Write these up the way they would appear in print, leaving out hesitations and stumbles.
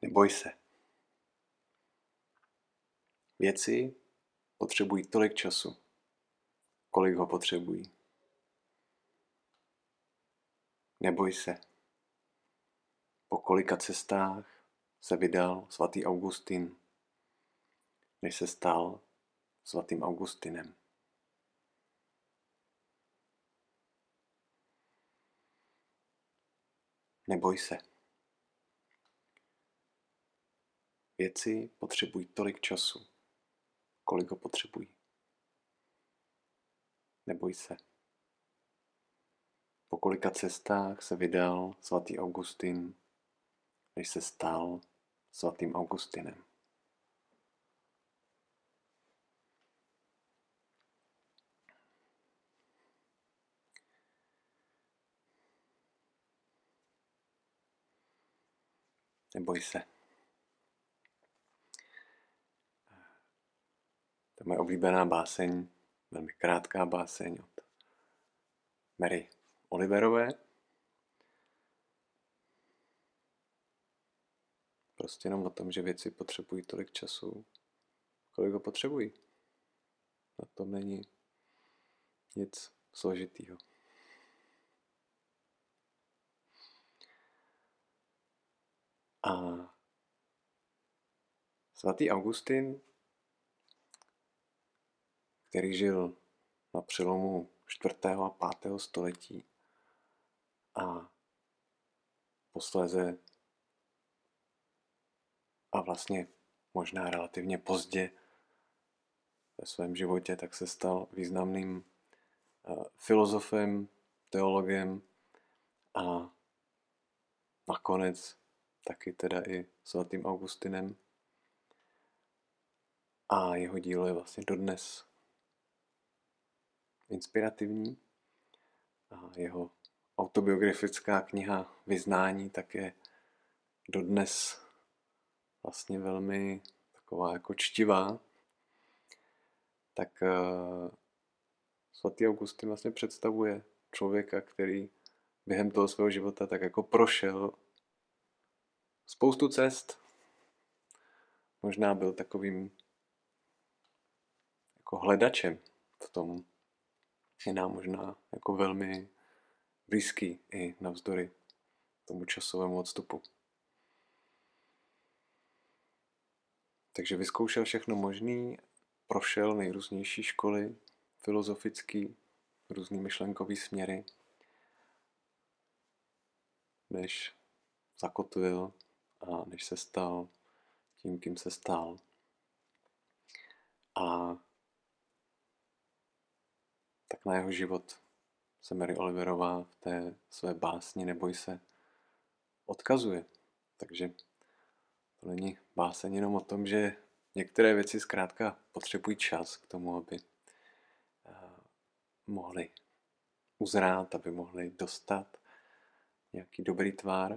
Neboj se. Věci potřebují tolik času, kolik ho potřebují. Neboj se. Po kolika cestách se vydal svatý Augustin, než se stal svatým Augustinem. Neboj se. Věci potřebují tolik času, kolik ho potřebují. Neboj se. Po kolika cestách se vydal svatý Augustin, než se stal svatým Augustinem. Neboj se. To je moje oblíbená báseň, velmi krátká báseň od Mary Oliverové. Prostě jenom o tom, že věci potřebují tolik času, kolik ho potřebují. Na tom není nic složitýho. A svatý Augustin, který žil na přelomu 4. a 5. století a posléze a vlastně možná relativně pozdě ve svém životě, tak se stal významným filozofem, teologem a nakonec taky teda i svatým Augustinem. A jeho dílo je vlastně dodnes inspirativní. A jeho autobiografická kniha Vyznání tak je dodnes vlastně velmi taková jako čtivá. Tak svatý Augustin vlastně představuje člověka, který během toho svého života tak jako prošel spoustu cest. Možná byl takovým jako hledačem v tom. Je nám možná jako velmi blízký i navzdory tomu časovému odstupu. Takže vyzkoušel všechno možný, prošel nejrůznější školy filozofický, různý myšlenkový směry, než zakotvil a než se stal tím, kým se stal. A tak na jeho život se Mary Oliverová v té své básni Neboj se odkazuje. Takže to není báseň jenom o tom, že některé věci zkrátka potřebují čas k tomu, aby mohly uzrát, aby mohly dostat nějaký dobrý tvar,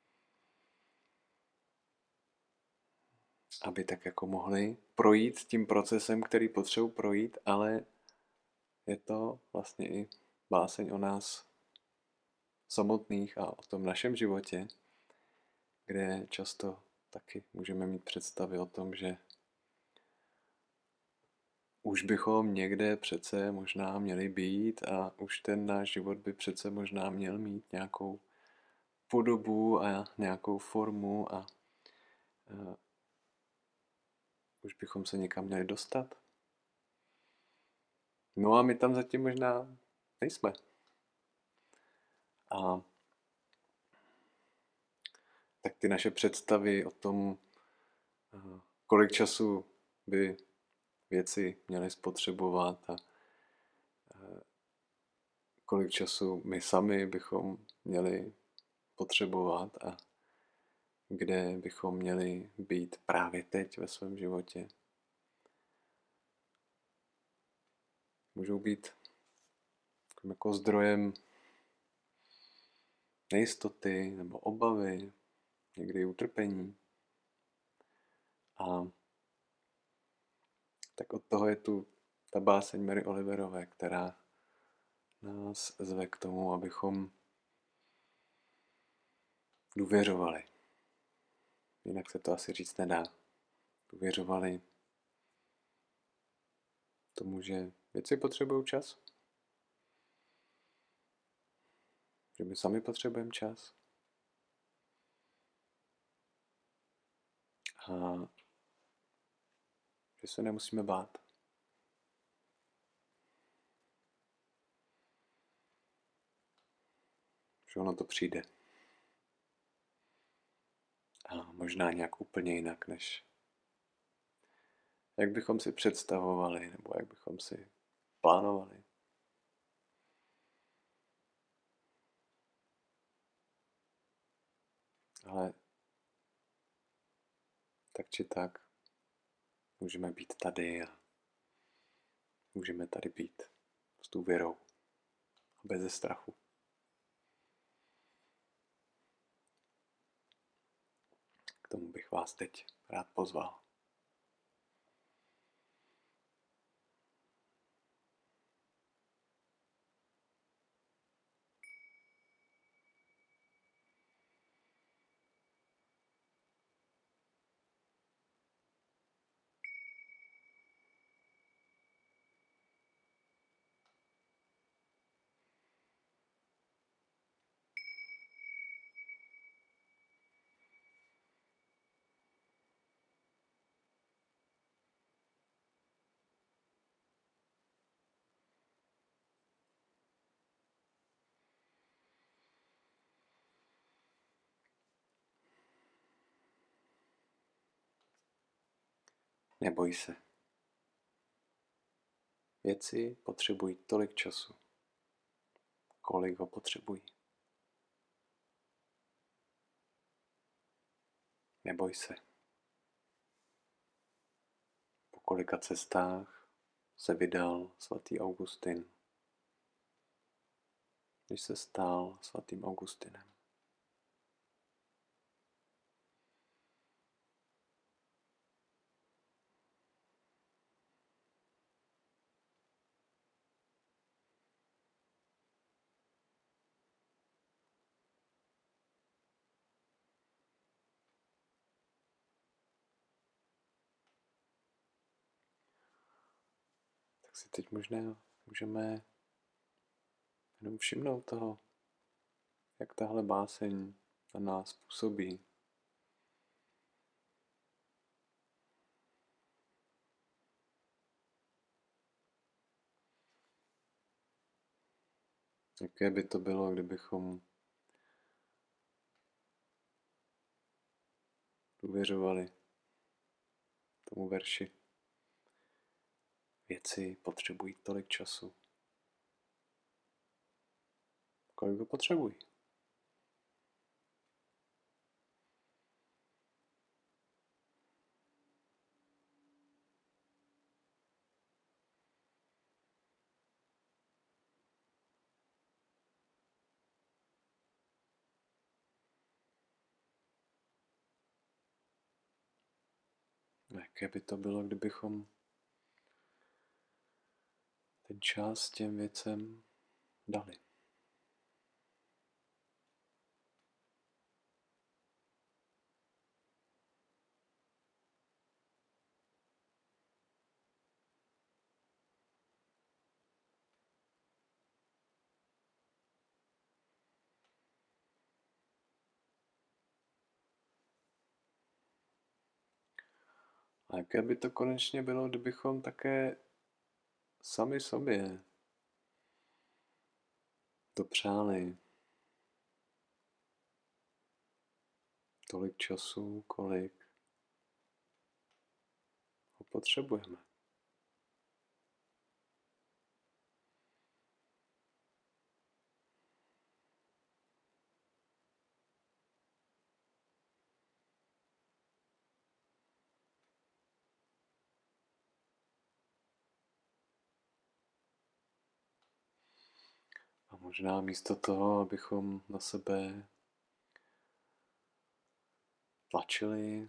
aby tak jako mohli projít tím procesem, který potřebují projít, ale je to vlastně i báseň o nás samotných a o tom našem životě, kde často taky můžeme mít představy o tom, že už bychom někde přece možná měli být a už ten náš život by přece možná měl mít nějakou podobu a nějakou formu a už bychom se někam měli dostat. No a my tam zatím možná nejsme. A tak ty naše představy o tom, kolik času by věci měly spotřebovat a kolik času my sami bychom měli potřebovat a kde bychom měli být právě teď ve svém životě, můžou být jako zdrojem nejistoty nebo obavy, někdy utrpení. A tak od toho je tu ta báseň Mary Oliverové, která nás zve k tomu, abychom důvěřovali. jinak se to asi říct nedá. Důvěřovali tomu, že věci potřebují čas. Že my sami potřebujeme čas. A že se nemusíme bát. Že ono to přijde. A možná nějak úplně jinak, než jak bychom si představovali, nebo jak bychom si plánovali. Ale tak či tak můžeme být tady a můžeme tady být s důvěrou a bez strachu. K tomu bych vás teď rád pozval. Neboj se. Věci potřebují tolik času, kolik ho potřebují. Neboj se. Po kolika cestách se vydal svatý Augustin, když se stal svatým Augustinem. Tak si teď možná můžeme jenom všimnout toho, jak tahle báseň na nás působí. Jaké by to bylo, kdybychom důvěřovali tomu verši. Věci potřebují tolik času, kolik ho potřebují. Jaké by to bylo, kdybychom ten čas těm věcem dali. A jaké by to konečně bylo, kdybychom také sami sobě dopřáli tolik času, kolik ho potřebujeme. A možná místo toho, abychom na sebe tlačili,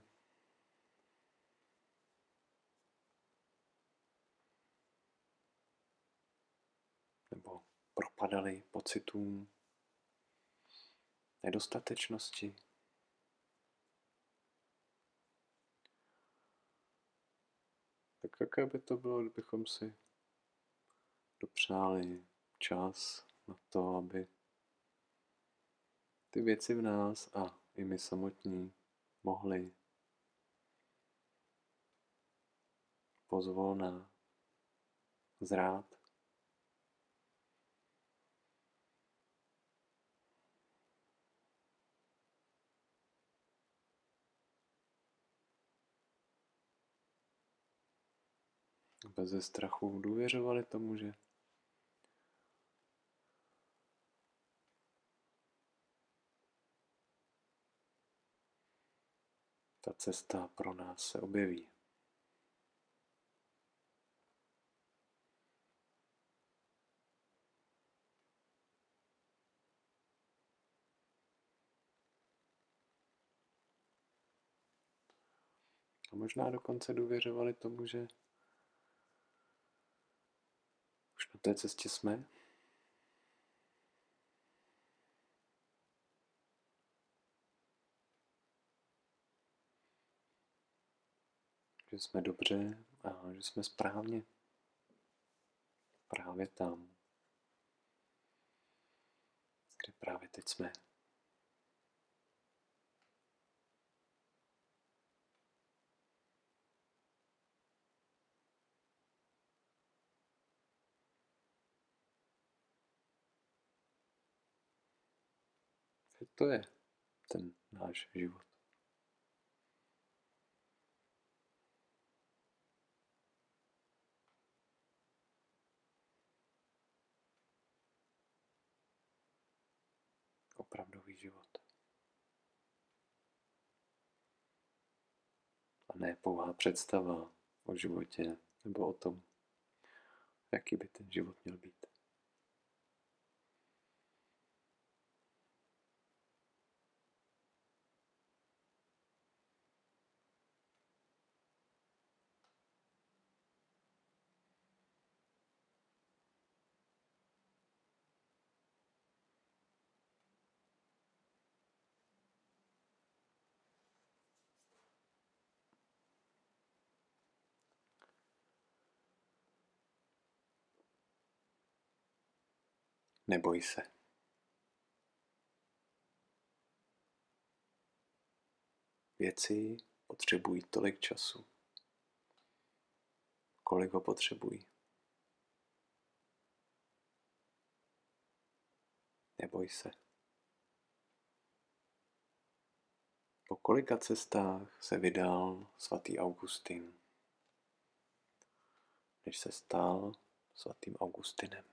nebo propadali pocitům nedostatečnosti, Tak jaké by to bylo, kdybychom si dopřáli čas na to, aby ty věci v nás a i my samotní mohli pozvolna zrát. Beze strachu důvěřovali tomu, že ta cesta pro nás se objeví. A možná dokonce důvěřovali tomu, že už na té cestě jsme. Že jsme dobře a že jsme správně. Právě tam, kde právě teď jsme. Že to je ten náš život. Opravdový život. A ne pouhá představa o životě nebo o tom, jaký by ten život měl být. Neboj se. Věci potřebují tolik času, kolik ho potřebují. Neboj se. Po kolika cestách se vydal svatý Augustin, než se stal svatým Augustinem.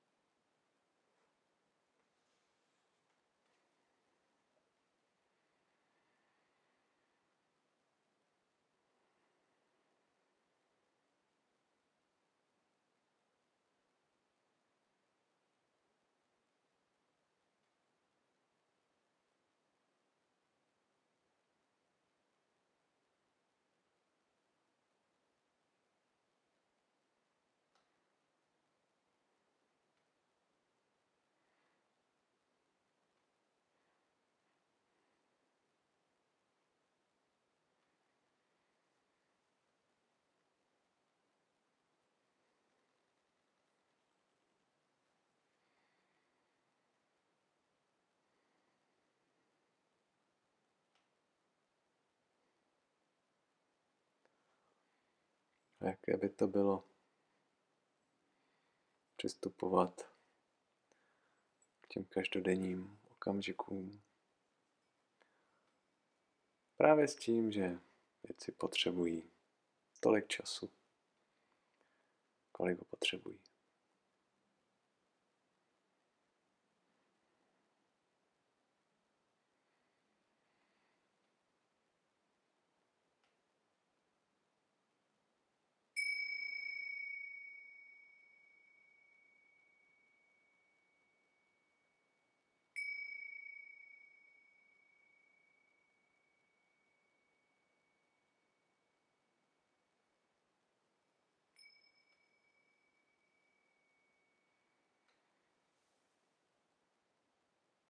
A jaké by to bylo přistupovat k těm každodenním okamžikům právě s tím, že věci potřebují tolik času, kolik ho potřebují.